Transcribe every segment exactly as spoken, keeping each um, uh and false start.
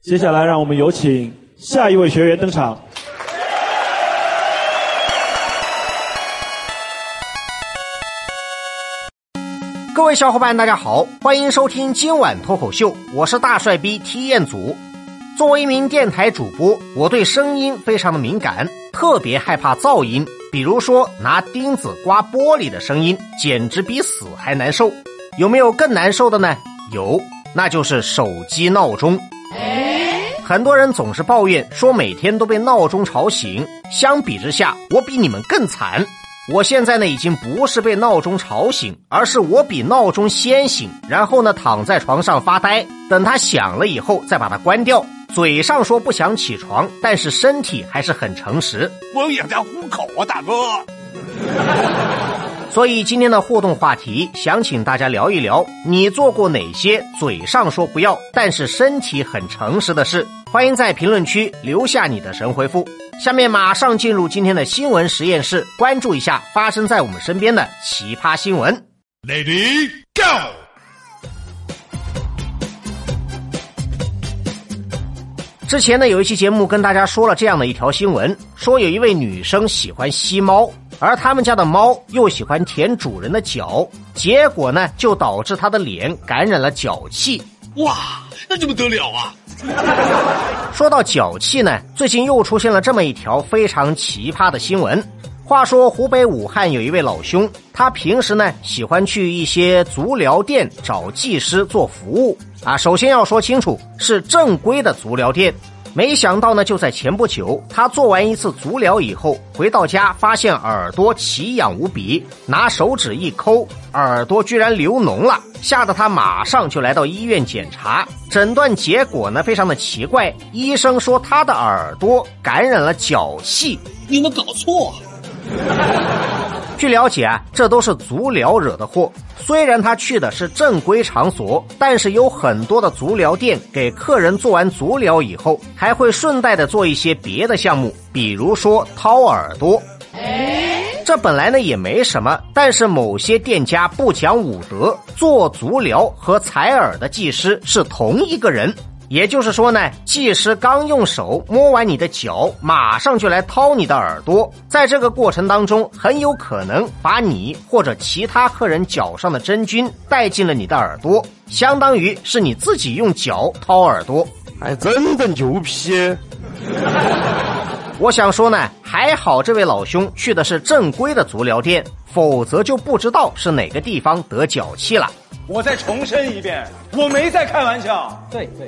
接下来让我们有请下一位学员登场。 各位小伙伴大家好，欢迎收听今晚脱口秀，我是大帅逼T彦祖。作为一名电台主播，我对声音非常的敏感，特别害怕噪音，比如说拿钉子刮玻璃的声音，简直比死还难受。有没有更难受的呢？有，那就是手机闹钟。很多人总是抱怨说每天都被闹钟吵醒，相比之下，我比你们更惨。我现在呢已经不是被闹钟吵醒，而是我比闹钟先醒，然后呢躺在床上发呆，等它响了以后再把它关掉。嘴上说不想起床，但是身体还是很诚实。 我养家糊口啊，大哥。 所以今天的互动话题，想请大家聊一聊，你做过哪些嘴上说不要，但是身体很诚实的事？欢迎在评论区留下你的神回复。下面马上进入今天的新闻实验室，关注一下发生在我们身边的奇葩新闻。 Lady Go。 之前呢有一期节目跟大家说了这样的一条新闻，说有一位女生喜欢吸猫，而他们家的猫又喜欢舔主人的脚，结果呢就导致她的脸感染了脚气。 哇，那这不得了啊！ 说到脚气呢，最近又出现了这么一条非常奇葩的新闻。话说湖北武汉有一位老兄，他平时呢喜欢去一些足疗店找技师做服务啊。首先要说清楚，是正规的足疗店。没想到呢，就在前不久，他做完一次足疗以后，回到家发现耳朵奇痒无比，拿手指一抠，耳朵居然流脓了，吓得他马上就来到医院检查。诊断结果呢非常的奇怪，医生说他的耳朵感染了脚气。 你们搞错。 据了解啊，这都是足疗惹的祸。虽然他去的是正规场所，但是有很多的足疗店给客人做完足疗以后，还会顺带的做一些别的项目，比如说掏耳朵。这本来呢也没什么，但是某些店家不讲武德，做足疗和采耳的技师是同一个人。也就是说呢，技师刚用手摸完你的脚，马上就来掏你的耳朵，在这个过程当中，很有可能把你或者其他客人脚上的真菌带进了你的耳朵，相当于是你自己用脚掏耳朵。 还真的牛批。 我想说呢，还好这位老兄去的是正规的足疗店，否则就不知道是哪个地方得脚气了。 我再重申一遍，我没在开玩笑。 对对。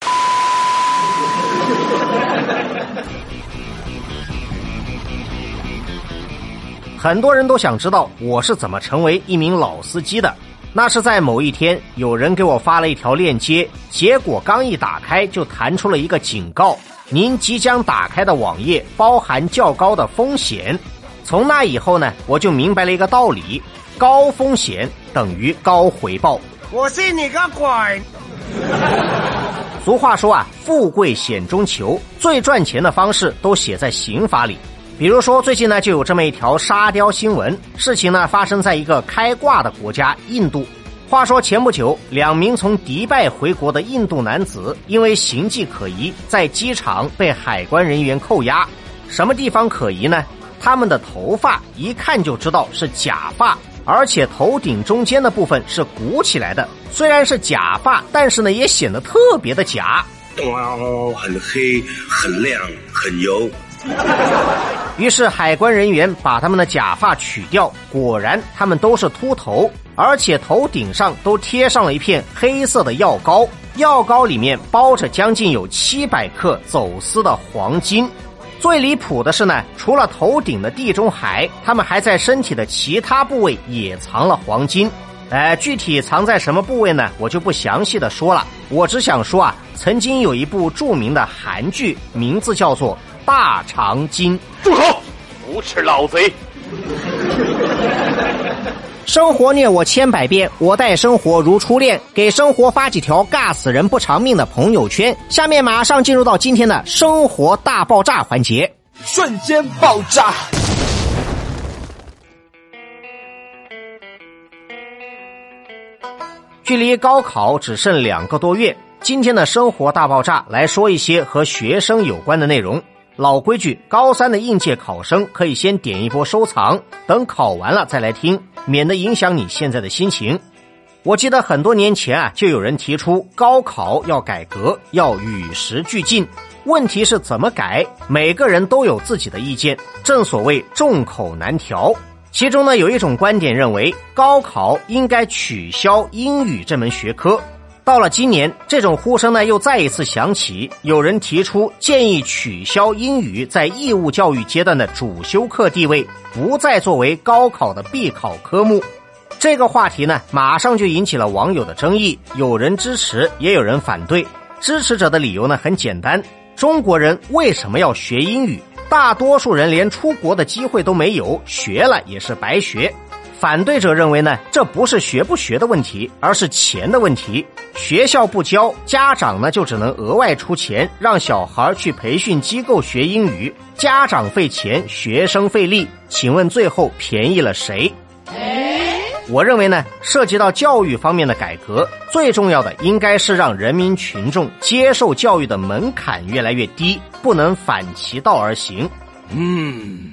很多人都想知道我是怎么成为一名老司机的。那是在某一天，有人给我发了一条链接，结果刚一打开就弹出了一个警告：您即将打开的网页包含较高的风险。从那以后呢，我就明白了一个道理：高风险等于高回报。 我信你个鬼！ 俗话说啊，富贵险中求，最赚钱的方式都写在刑法里。比如说最近呢就有这么一条沙雕新闻，事情呢发生在一个开挂的国家印度。话说前不久，两名从迪拜回国的印度男子因为形迹可疑，在机场被海关人员扣押。什么地方可疑呢？他们的头发一看就知道是假发，而且头顶中间的部分是鼓起来的。虽然是假发，但是呢也显得特别的假。 哇，很黑，很亮，很油。 于是海关人员把他们的假发取掉，果然他们都是秃头，而且头顶上都贴上了一片黑色的药膏，药膏里面包着将近有七百克走私的黄金。最离谱的是呢，除了头顶的地中海，他们还在身体的其他部位也藏了黄金。呃，具体藏在什么部位呢，我就不详细的说了。我只想说啊，曾经有一部著名的韩剧，名字叫做《大长今》。 住口！无耻老贼！ 生活虐我千百遍，我待生活如初恋。给生活发几条尬死人不偿命的朋友圈。下面马上进入到今天的生活大爆炸环节。 瞬间爆炸。 距离高考只剩两个多月， 今天的生活大爆炸来说一些和学生有关的内容。老规矩，高三的应届考生可以先点一波收藏，等考完了再来听，免得影响你现在的心情。我记得很多年前啊，就有人提出高考要改革，要与时俱进。问题是怎么改？每个人都有自己的意见，正所谓众口难调。其中呢，有一种观点认为，高考应该取消英语这门学科。到了今年，这种呼声呢又再一次响起，有人提出建议取消英语在义务教育阶段的主修课地位，不再作为高考的必考科目。这个话题呢，马上就引起了网友的争议，有人支持，也有人反对。支持者的理由呢很简单，中国人为什么要学英语？大多数人连出国的机会都没有，学了也是白学。反对者认为呢，这不是学不学的问题，而是钱的问题。学校不教，家长呢就只能额外出钱，让小孩去培训机构学英语，家长费钱，学生费力，请问最后便宜了谁？我认为呢，涉及到教育方面的改革，最重要的应该是让人民群众接受教育的门槛越来越低，不能反其道而行。 嗯。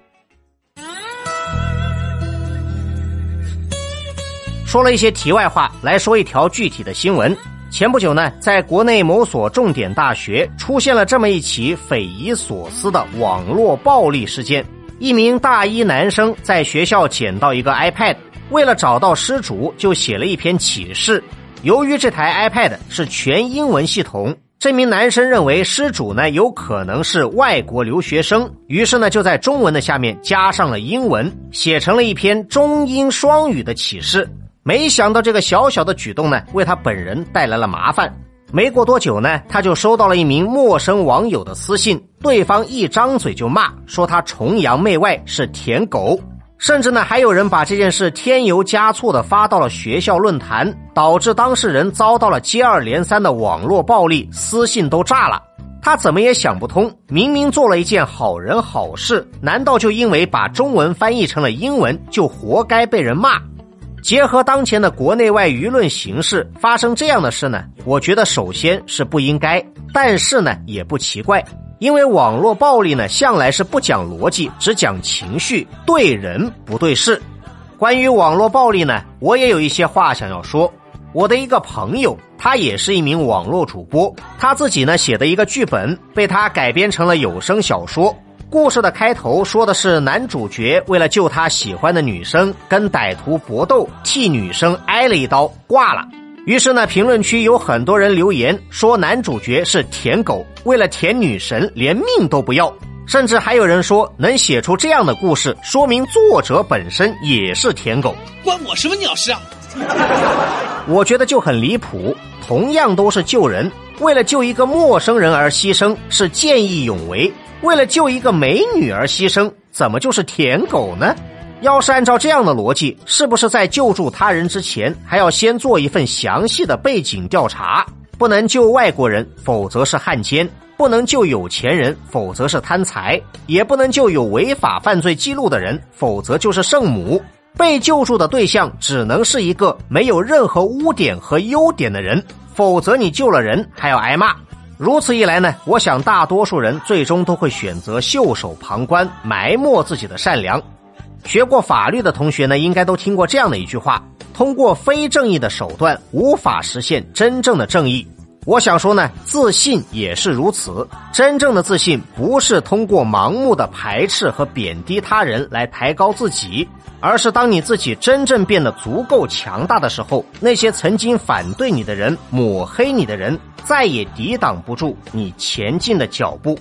说了一些题外话，来说一条具体的新闻。前不久呢，在国内某所重点大学出现了这么一起匪夷所思的网络暴力事件。一名大一男生在学校捡到一个 iPad， 为了找到失主，就写了一篇启事。由于这台 iPad 是全英文系统，这名男生认为失主呢有可能是外国留学生，于是呢就在中文的下面加上了英文，写成了一篇中英双语的启事。没想到这个小小的举动呢，为他本人带来了麻烦。没过多久呢，他就收到了一名陌生网友的私信，对方一张嘴就骂，说他崇洋媚外，是舔狗。甚至呢，还有人把这件事添油加醋的发到了学校论坛，导致当事人遭到了接二连三的网络暴力，私信都炸了。他怎么也想不通，明明做了一件好人好事，难道就因为把中文翻译成了英文，就活该被人骂？结合当前的国内外舆论形势，发生这样的事呢，我觉得首先是不应该，但是呢也不奇怪，因为网络暴力呢向来是不讲逻辑，只讲情绪，对人不对事。关于网络暴力呢，我也有一些话想要说。我的一个朋友，他也是一名网络主播，他自己呢写的一个剧本被他改编成了有声小说。故事的开头说的是男主角为了救他喜欢的女生，跟歹徒搏斗，替女生挨了一刀，挂了。于是呢，评论区有很多人留言说男主角是舔狗，为了舔女神连命都不要。甚至还有人说，能写出这样的故事，说明作者本身也是舔狗。 关我什么鸟事啊？ 我觉得就很离谱，同样都是救人，为了救一个陌生人而牺牲是见义勇为，为了救一个美女而牺牲，怎么就是舔狗呢？要是按照这样的逻辑，是不是在救助他人之前还要先做一份详细的背景调查？不能救外国人，否则是汉奸；不能救有钱人，否则是贪财；也不能救有违法犯罪记录的人，否则就是圣母。被救助的对象只能是一个没有任何污点和优点的人，否则你救了人还要挨骂。如此一来呢，我想大多数人最终都会选择袖手旁观，埋没自己的善良。学过法律的同学呢，应该都听过这样的一句话：通过非正义的手段，无法实现真正的正义。我想说呢，自信也是如此。真正的自信不是通过盲目的排斥和贬低他人来抬高自己，而是当你自己真正变得足够强大的时候，那些曾经反对你的人，抹黑你的人，再也抵挡不住你前进的脚步。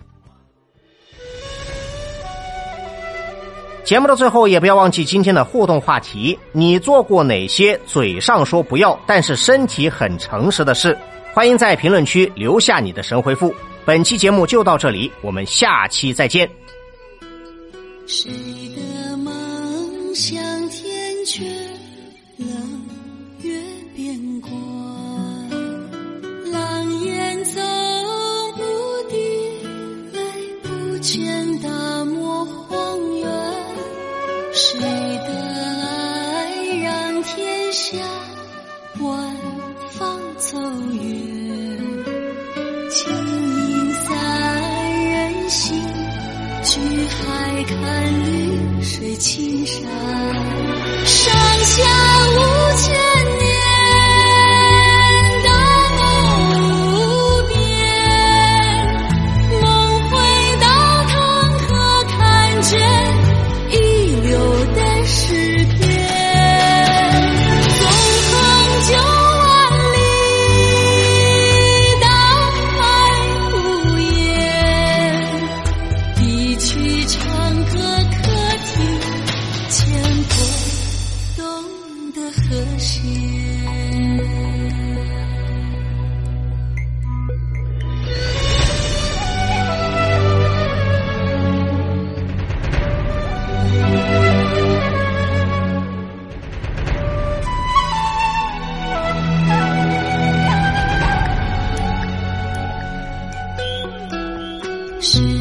节目的最后也不要忘记今天的互动话题，你做过哪些嘴上说不要但是身体很诚实的事？欢迎在评论区留下你的神回复。本期节目就到这里，我们下期再见。 谁的梦想天阙冷月边关，狼烟总不敌来不见大漠荒原，谁的爱让天下万方走远。 情饮三人行，举海看绿水青山，上下五千年大无边，梦回到唐河看见遗留的诗篇，纵横九万里，大海无言，一曲长歌可听，牵过冬的和弦。是